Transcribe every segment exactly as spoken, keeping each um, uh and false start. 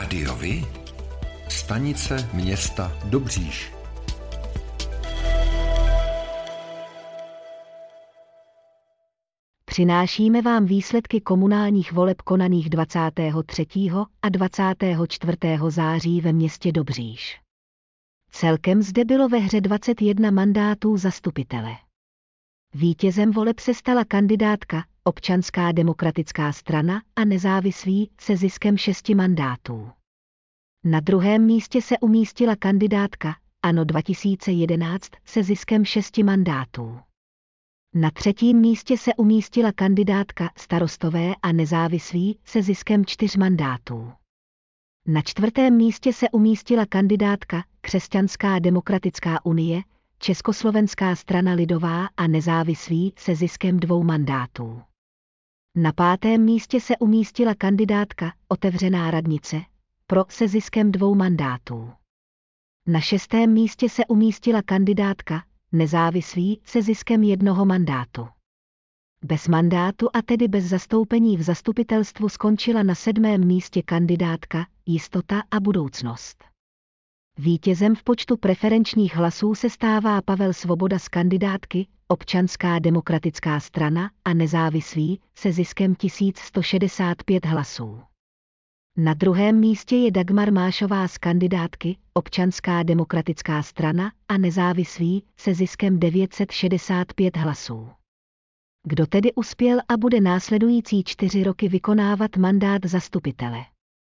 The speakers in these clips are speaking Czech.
Rádiovi? Stanice města Dobříš. Přinášíme vám výsledky komunálních voleb konaných dvacátého třetího a dvacátého čtvrtého září ve městě Dobříš. Celkem zde bylo ve hře dvacet jedna mandátů zastupitele. Vítězem voleb se stala kandidátka Občanská demokratická strana a nezávislí se ziskem šesti mandátů. Na druhém místě se umístila kandidátka ANO dva tisíce jedenáct se ziskem šesti mandátů. Na třetím místě se umístila kandidátka Starostové a nezávislí se ziskem čtyř mandátů. Na čtvrtém místě se umístila kandidátka Křesťanská demokratická unie, Československá strana lidová a nezávislí se ziskem dvou mandátů. Na pátém místě se umístila kandidátka Otevřená radnice, pro se ziskem dvou mandátů. Na šestém místě se umístila kandidátka Nezávislí se ziskem jednoho mandátu. Bez mandátu a tedy bez zastoupení v zastupitelstvu skončila na sedmém místě kandidátka Jistota a budoucnost. Vítězem v počtu preferenčních hlasů se stává Pavel Svoboda z kandidátky Občanská demokratická strana a nezávislí se ziskem tisíc sto šedesát pět hlasů. Na druhém místě je Dagmar Mášová z kandidátky Občanská demokratická strana a nezávislí se ziskem devět set šedesát pět hlasů. Kdo tedy uspěl a bude následující čtyři roky vykonávat mandát zastupitele?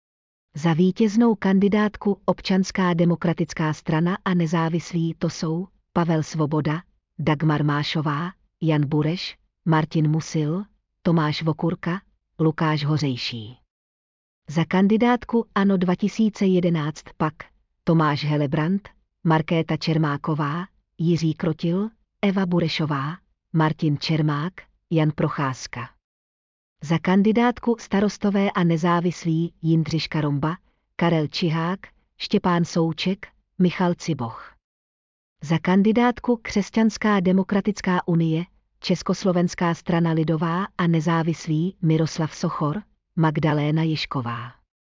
Za vítěznou kandidátku Občanská demokratická strana a nezávislí to jsou Pavel Svoboda, Dagmar Mášová, Jan Bureš, Martin Musil, Tomáš Vokurka, Lukáš Hořejší. Za kandidátku ANO dva tisíce jedenáct pak Tomáš Helebrant, Markéta Čermáková, Jiří Krotil, Eva Burešová, Martin Čermák, Jan Procházka. Za kandidátku Starostové a nezávislí Jindřiška Romba, Karel Čihák, Štěpán Souček, Michal Ciboch. Za kandidátku Křesťanská demokratická unie, Československá strana lidová a nezávislí Miroslav Sochor, Magdaléna Jišková.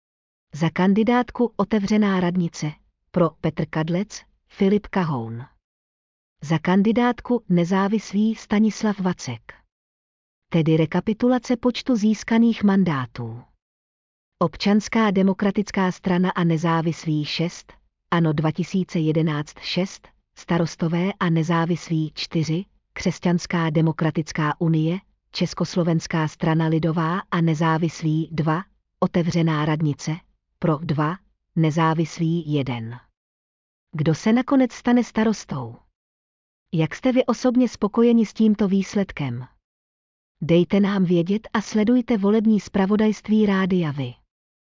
Za kandidátku Otevřená radnice, pro Petr Kadlec, Filip Kahoun. Za kandidátku nezávislí Stanislav Vacek. Tedy rekapitulace počtu získaných mandátů. Občanská demokratická strana a nezávislí šest, ANO dva tisíce jedenáct šest, Starostové a nezávislí čtyři, Křesťanská demokratická unie, Československá strana lidová a nezávislí dva, Otevřená radnice, pro dva, nezávislí jeden. Kdo se nakonec stane starostou? Jak jste vy osobně spokojeni s tímto výsledkem? Dejte nám vědět a sledujte volební zpravodajství Rádia Vy.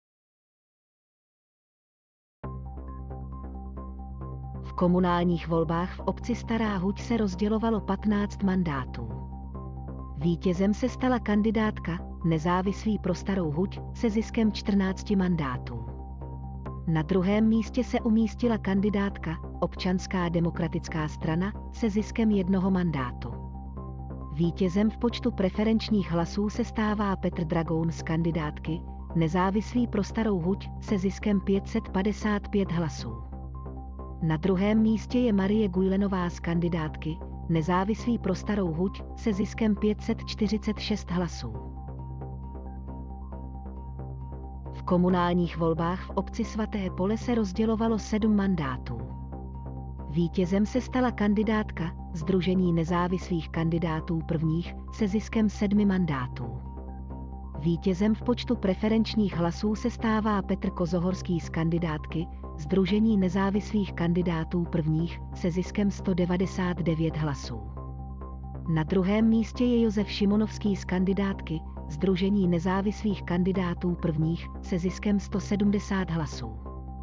V komunálních volbách v obci Stará Huť se rozdělovalo patnáct mandátů. Vítězem se stala kandidátka Nezávislí pro Starou Huť se ziskem čtrnácti mandátů. Na druhém místě se umístila kandidátka Občanská demokratická strana se ziskem jednoho mandátu. Vítězem v počtu preferenčních hlasů se stává Petr Dragoun z kandidátky Nezávislí pro Starou Huť se ziskem pět set padesát pět hlasů. Na druhém místě je Marie Gujlenová z kandidátky Nezávislí pro Starou Huť se ziskem pět set čtyřicet šest hlasů. V komunálních volbách v obci Svaté Pole se rozdělovalo sedm mandátů. Vítězem se stala kandidátka Sdružení nezávislých kandidátů prvních se ziskem sedmi mandátů. Vítězem v počtu preferenčních hlasů se stává Petr Kozohorský z kandidátky Sdružení nezávislých kandidátů prvních se ziskem sto devadesát devět hlasů. Na druhém místě je Josef Šimonovský z kandidátky Sdružení nezávislých kandidátů prvních se ziskem sto sedmdesát hlasů.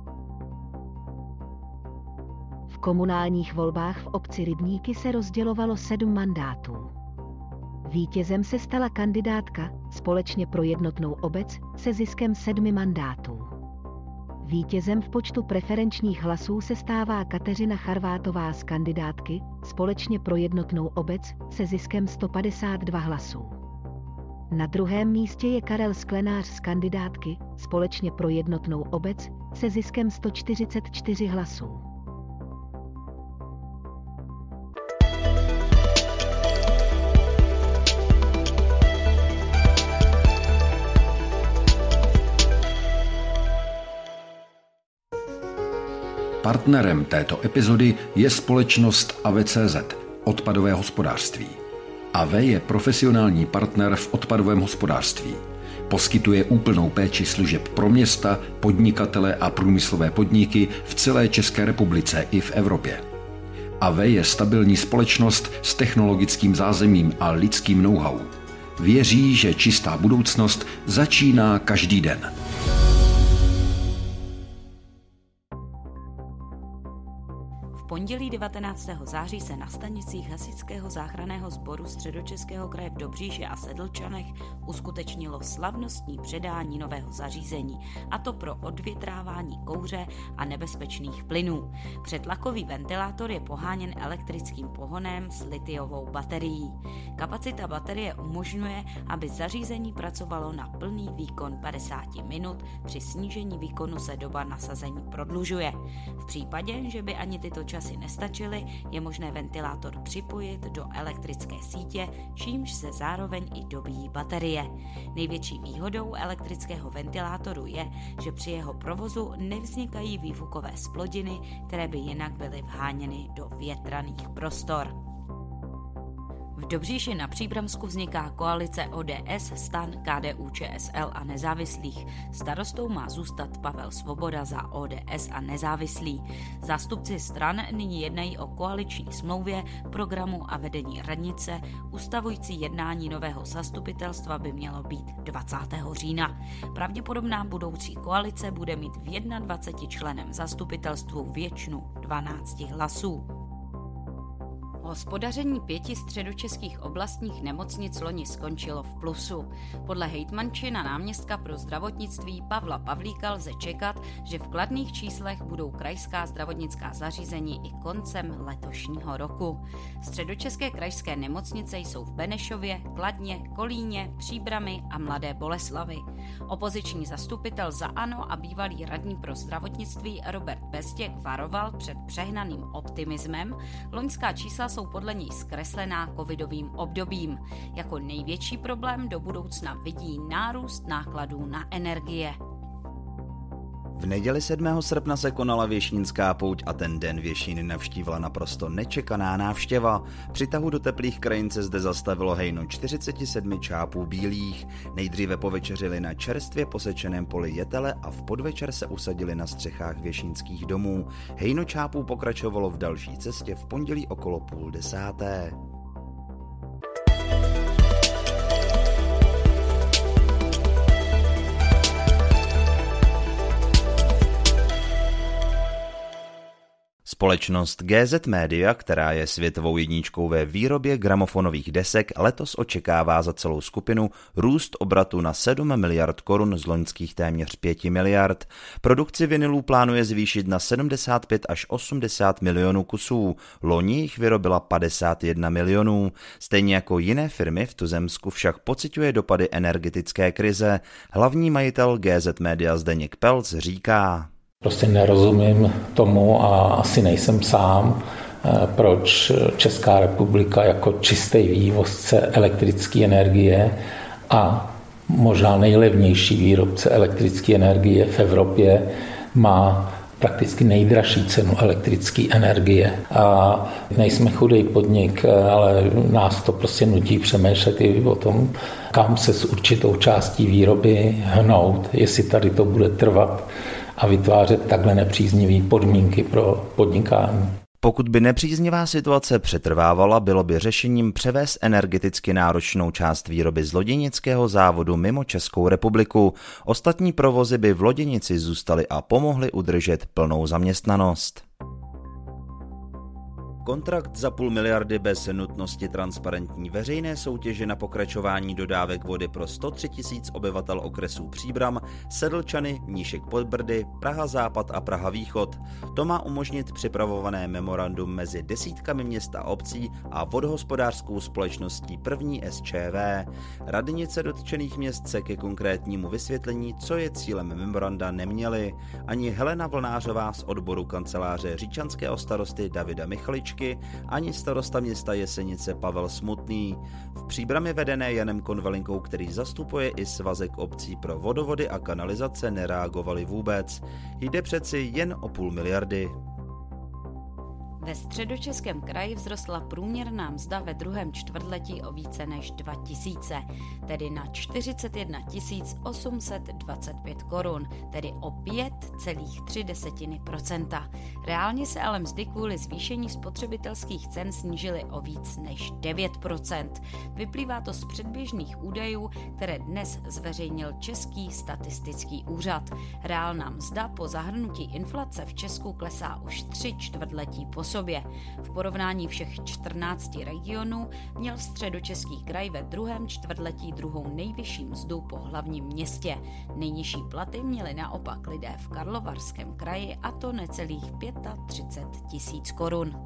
V komunálních volbách v obci Rybníky se rozdělovalo sedm mandátů. Vítězem se stala kandidátka Společně pro jednotnou obec se ziskem sedmi mandátů. Vítězem v počtu preferenčních hlasů se stává Kateřina Charvátová z kandidátky Společně pro jednotnou obec se ziskem sto padesát dva hlasů. Na druhém místě je Karel Sklenář z kandidátky Společně pro jednotnou obec se ziskem sto čtyřicet čtyři hlasů. Partnerem této epizody je společnost A V tečka cé zet, odpadové hospodářství. A V je profesionální partner v odpadovém hospodářství. Poskytuje úplnou péči služeb pro města, podnikatele a průmyslové podniky v celé České republice i v Evropě. A V je stabilní společnost s technologickým zázemím a lidským know-how. Věří, že čistá budoucnost začíná každý den. V pondělí devatenáctého září se na stanicích Hasičského záchranného sboru Středočeského kraje v Dobříši a Sedlčanech uskutečnilo slavnostní předání nového zařízení, a to pro odvětrávání kouře a nebezpečných plynů. Předtlakový ventilátor je poháněn elektrickým pohonem s litiovou baterií. Kapacita baterie umožňuje, aby zařízení pracovalo na plný výkon padesát minut, při snížení výkonu se doba nasazení prodlužuje. V případě, že by ani tyto časy nestačily, je možné ventilátor připojit do elektrické sítě, čímž se zároveň i dobíjí baterie. Největší výhodou elektrického ventilátoru je, že při jeho provozu nevznikají výfukové zplodiny, které by jinak byly vháněny do větraných prostor. V Dobříši na Příbramsku vzniká koalice O D S, STAN, K D U Č S L a nezávislých. Starostou má zůstat Pavel Svoboda za O D S a nezávislý. Zástupci stran nyní jednají o koaliční smlouvě, programu a vedení radnice. Ustavující jednání nového zastupitelstva by mělo být dvacátého října. Pravděpodobná budoucí koalice bude mít v dvaceti členem zastupitelstvu většinu dvanácti hlasů. Hospodaření pěti středočeských oblastních nemocnic loni skončilo v plusu. Podle hejtmančina náměstka pro zdravotnictví Pavla Pavlíka lze čekat, že v kladných číslech budou krajská zdravotnická zařízení i koncem letošního roku. Středočeské krajské nemocnice jsou v Benešově, Kladně, Kolíně, Příbrami a Mladé Boleslavi. Opoziční zastupitel za ANO a bývalý radní pro zdravotnictví Robert Bezděk varoval před přehnaným optimismem. Loňská čísla jsou podle něj zkreslená covidovým obdobím. Jako největší problém do budoucna vidí nárůst nákladů na energie. V neděli sedmého srpna se konala Věšnínská pouť a ten den Věšíny navštívila naprosto nečekaná návštěva. Při tahu do teplých krajin se zde zastavilo hejno čtyřicet sedm čápů bílých. Nejdříve povečeřili na čerstvě posečeném poli jetele a v podvečer se usadili na střechách věšínských domů. Hejno čápů pokračovalo v další cestě v pondělí okolo půl desáté. Společnost G Z Media, která je světovou jedničkou ve výrobě gramofonových desek, letos očekává za celou skupinu růst obratu na sedm miliard korun z loňských téměř pět miliard. Produkci vinylů plánuje zvýšit na sedmdesát pět až osmdesát milionů kusů. Loni jich vyrobila padesát jedna milionů. Stejně jako jiné firmy v tuzemsku však pociťuje dopady energetické krize. Hlavní majitel G Z Media Zdeněk Pelc říká: Prostě nerozumím tomu a asi nejsem sám, proč Česká republika jako čistý vývozce elektrické energie a možná nejlevnější výrobce elektrické energie v Evropě má prakticky nejdražší cenu elektrické energie. A nejsme chudý podnik, ale nás to prostě nutí přemýšlet i o tom, kam se s určitou částí výroby hnout, jestli tady to bude trvat a vytvářet takhle nepříznivé podmínky pro podnikání. Pokud by nepříznivá situace přetrvávala, bylo by řešením převést energeticky náročnou část výroby z loděnického závodu mimo Českou republiku. Ostatní provozy by v loděnici zůstaly a pomohly udržet plnou zaměstnanost. Kontrakt za půl miliardy bez nutnosti transparentní veřejné soutěže na pokračování dodávek vody pro sto tři tisíc obyvatel okresů Příbram, Sedlčany, Mníšek pod Brdy, Praha Západ a Praha Východ. To má umožnit připravované memorandum mezi desítkami měst a obcí a vodohospodářskou společností první S Č V. Radnice dotčených měst se ke konkrétnímu vysvětlení, co je cílem memoranda, neměly. Ani Helena Vlnářová z odboru kanceláře říčanského starosty Davida Michaličky, ani starosta města Jesenice Pavel Smutný. V Příbrami vedené Janem Konvalinkou, který zastupuje i svazek obcí pro vodovody a kanalizace, nereagovali vůbec. Jde přeci jen o půl miliardy. Ve Středočeském kraji vzrostla průměrná mzda ve druhém čtvrtletí o více než dva tisíce, tedy na čtyřicet jedna tisíc osm set dvacet pět korun, tedy o pět celá tři procenta. Reálně se ale mzdy kvůli zvýšení spotřebitelských cen snížily o víc než devět procent. Vyplývá to z předběžných údajů, které dnes zveřejnil Český statistický úřad. Reálná mzda po zahrnutí inflace v Česku klesá už tři čtvrtletí po sobě. V porovnání všech čtrnácti regionů měl Středočeský kraj ve druhém čtvrtletí druhou nejvyšší mzdu po hlavním městě. Nejnižší platy měli naopak lidé v Karlovarském kraji, a to necelých třicet pět tisíc korun.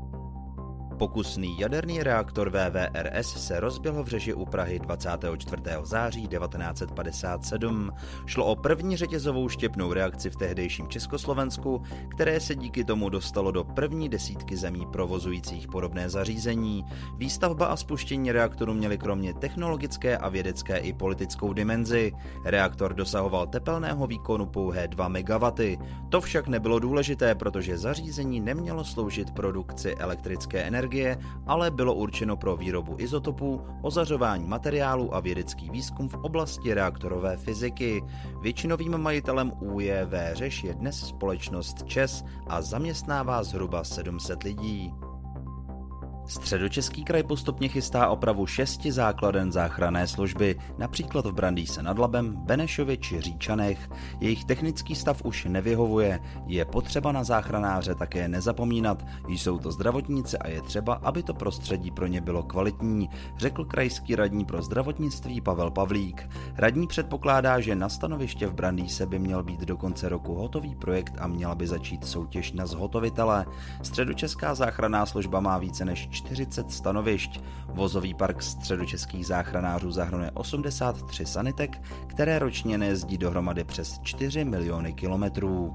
Pokusný jaderný reaktor V V R S se rozběhl v Řeži u Prahy dvacátého čtvrtého září devatenáct set padesát sedm. Šlo o první řetězovou štěpnou reakci v tehdejším Československu, které se díky tomu dostalo do první desítky zemí provozujících podobné zařízení. Výstavba a spuštění reaktoru měly kromě technologické a vědecké i politickou dimenzi. Reaktor dosahoval tepelného výkonu pouhé dva megawatty. To však nebylo důležité, protože zařízení nemělo sloužit produkci elektrické energie, ale bylo určeno pro výrobu izotopů, ozařování materiálů a vědecký výzkum v oblasti reaktorové fyziky. Většinovým majitelem ú jé vé Řeš je dnes společnost ČEZ a zaměstnává zhruba sedm set lidí. Středočeský kraj postupně chystá opravu šesti základen záchranné služby, například v Brandýse nad Labem, Benešově či Říčanech. Jejich technický stav už nevyhovuje, je potřeba na záchranáře také nezapomínat, jsou to zdravotníci a je třeba, aby to prostředí pro ně bylo kvalitní, řekl krajský radní pro zdravotnictví Pavel Pavlík. Radní předpokládá, že na stanoviště v Brandýse by měl být do konce roku hotový projekt a měla by začít soutěž na zhotovitele. Středočeská záchranná služba má více než čtyřicet stanovišť. Vozový park středočeských záchranářů zahrnuje osmdesát tři sanitek, které ročně nejezdí dohromady přes čtyři miliony kilometrů.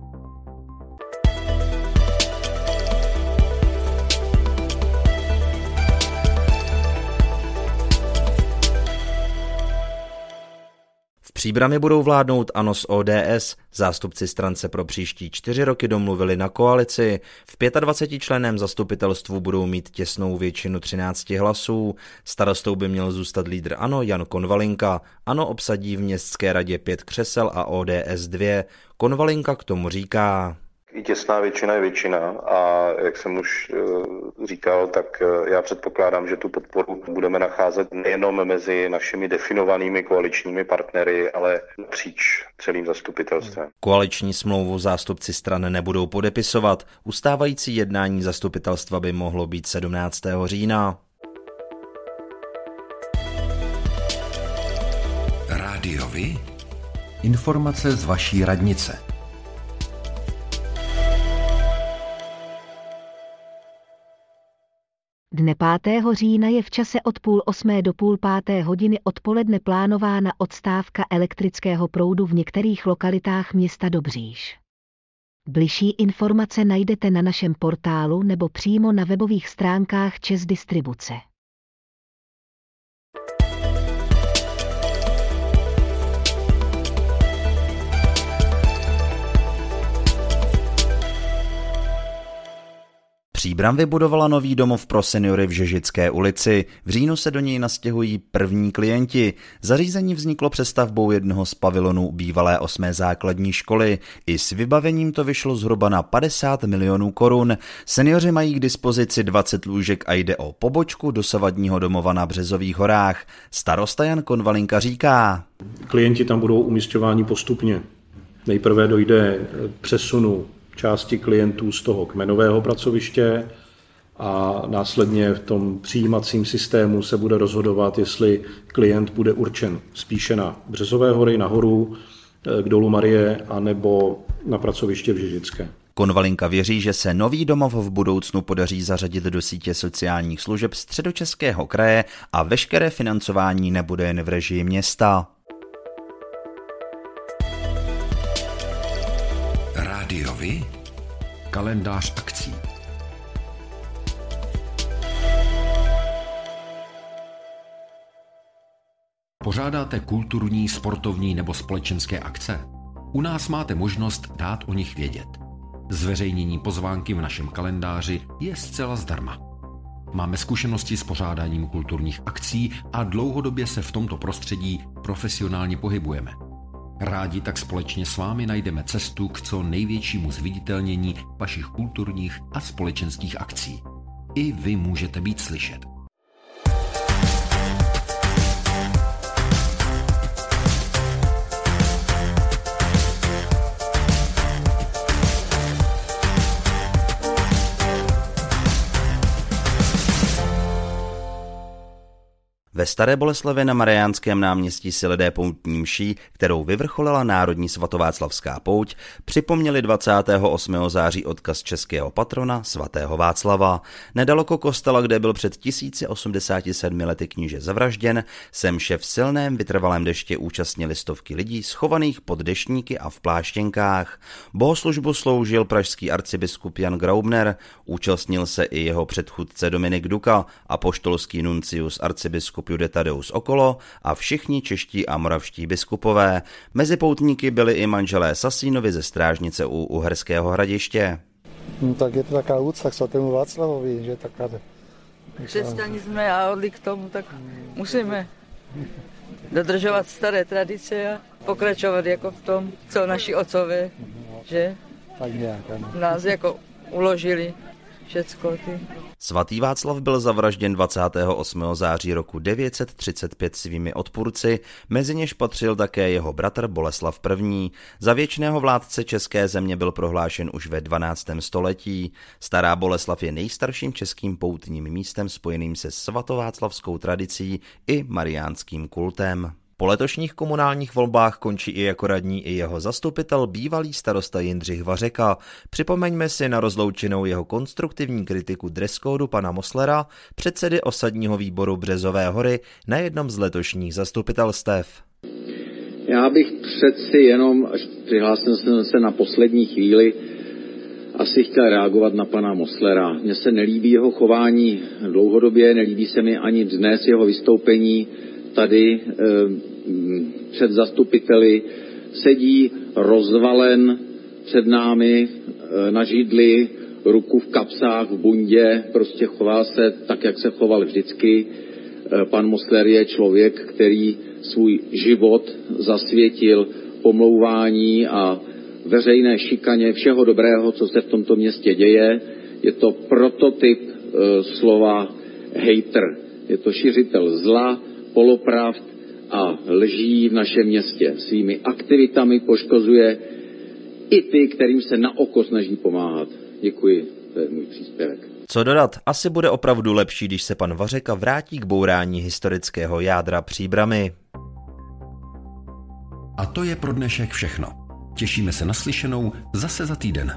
V Příbrami budou vládnout ANO s O D S. Zástupci stran se pro příští čtyři roky domluvili na koalici. V dvacetičlenném zastupitelstvu budou mít těsnou většinu třinácti hlasů. Starostou by měl zůstat lídr ANO Jan Konvalinka. ANO obsadí v městské radě pět křesel a O D S dvě. Konvalinka k tomu říká: I těsná většina je většina a jak jsem už říkal, tak já předpokládám, že tu podporu budeme nacházet nejenom mezi našimi definovanými koaličními partnery, ale napříč celým zastupitelstvem. Koaliční smlouvu zástupci stran nebudou podepisovat. Ustávající jednání zastupitelstva by mohlo být sedmnáctého října. Rádiovi? Informace z vaší radnice. Dne pátého října je v čase od půl osmé do půl páté hodiny odpoledne plánována odstávka elektrického proudu v některých lokalitách města Dobříš. Bližší informace najdete na našem portálu nebo přímo na webových stránkách ČEZ Distribuce. Příbram vybudovala nový domov pro seniory v Žežické ulici. V říjnu se do něj nastěhují první klienti. Zařízení vzniklo přestavbou jednoho z pavilonů bývalé osmé základní školy. I s vybavením to vyšlo zhruba na padesát milionů korun. Seniori mají k dispozici dvacet lůžek a jde o pobočku dosavadního domova na Březových horách. Starosta Jan Konvalinka říká: Klienti tam budou umisťováni postupně. Nejprve dojde k přesunu části klientů z toho kmenového pracoviště a následně v tom přijímacím systému se bude rozhodovat, jestli klient bude určen spíše na Březové hory, na horu, k dolu Marie, anebo na pracoviště v Žižické. Konvalinka věří, že se nový domov v budoucnu podaří zařadit do sítě sociálních služeb Středočeského kraje a veškeré financování nebude jen v režii města. Rádiovi? Kalendář akcí. Pořádáte kulturní, sportovní nebo společenské akce? U nás máte možnost dát o nich vědět. Zveřejnění pozvánky v našem kalendáři je zcela zdarma. Máme zkušenosti s pořádáním kulturních akcí a dlouhodobě se v tomto prostředí profesionálně pohybujeme. Rádi tak společně s vámi najdeme cestu k co největšímu zviditelnění vašich kulturních a společenských akcí. I vy můžete být slyšet. Ve Staré Boleslavi na Mariánském náměstí si lidé poutní mší, kterou vyvrcholila Národní svatováclavská pouť, připomněli dvacátého osmého září odkaz českého patrona svatého Václava. Nedaleko kostela, kde byl před tisíci osmdesáti sedmi lety kníže zavražděn, se mše v silném vytrvalém dešti účastnili stovky lidí schovaných pod deštníky a v pláštěnkách. Bohoslužbu sloužil pražský arcibiskup Jan Graubner, účastnil se i jeho předchůdce Dominik Duka, apoštolský nuncius arcibiskup Jude Tadeus Okolo a všichni čeští a moravští biskupové. Mezi poutníky byli i manželé Sasínovi ze Strážnice u Uherského Hradiště. No, tak je to taká úcta k svatému Václavovi, že taká... Křesťaní jsme a odli k tomu, tak musíme dodržovat staré tradice a pokračovat jako v tom, co naši otcové, že tak nějak, ano. Nás jako uložili. Všecko ty. Svatý Václav byl zavražděn dvacátého osmého září roku devět set třicet pět svými odpůrci, mezi něž patřil také jeho bratr Boleslav I. Za věčného vládce české země byl prohlášen už ve dvanáctém století. Stará Boleslav je nejstarším českým poutním místem spojeným se svatováclavskou tradicí i mariánským kultem. Po letošních komunálních volbách končí i jako radní i jeho zastupitel, bývalý starosta Jindřich Vařeka. Připomeňme si na rozloučenou jeho konstruktivní kritiku dresskódu pana Moslera, předsedy osadního výboru Březové hory, na jednom z letošních zastupitelstev. Já bych přeci jenom, až přihlásil jsem se na poslední chvíli, asi chtěl reagovat na pana Moslera. Mně se nelíbí jeho chování dlouhodobě, nelíbí se mi ani dnes jeho vystoupení tady e, před zastupiteli, sedí rozvalen před námi e, na židli, ruku v kapsách, v bundě, prostě chová se tak, jak se choval vždycky. E, pan Mosler je člověk, který svůj život zasvětil pomlouvání a veřejné šikaně všeho dobrého, co se v tomto městě děje. Je to prototyp e, slova hejter. Je to šiřitel zla, polopravd a lží v našem městě. Svými aktivitami poškozuje i ty, kterým se na oko snaží pomáhat. Děkuji, to je můj příspěvek. Co dodat, asi bude opravdu lepší, když se pan Vařeka vrátí k bourání historického jádra Příbrami. A to je pro dnešek všechno. Těšíme se na slyšenou zase za týden.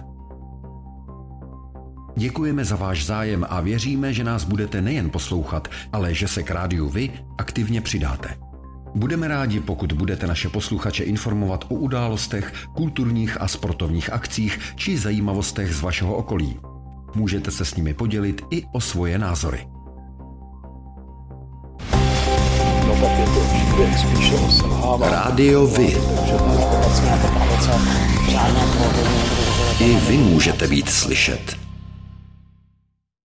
Děkujeme za váš zájem a věříme, že nás budete nejen poslouchat, ale že se k rádiu vy aktivně přidáte. Budeme rádi, pokud budete naše posluchače informovat o událostech, kulturních a sportovních akcích či zajímavostech z vašeho okolí. Můžete se s nimi podělit i o svoje názory. Rádio Vy. I vy můžete být slyšet.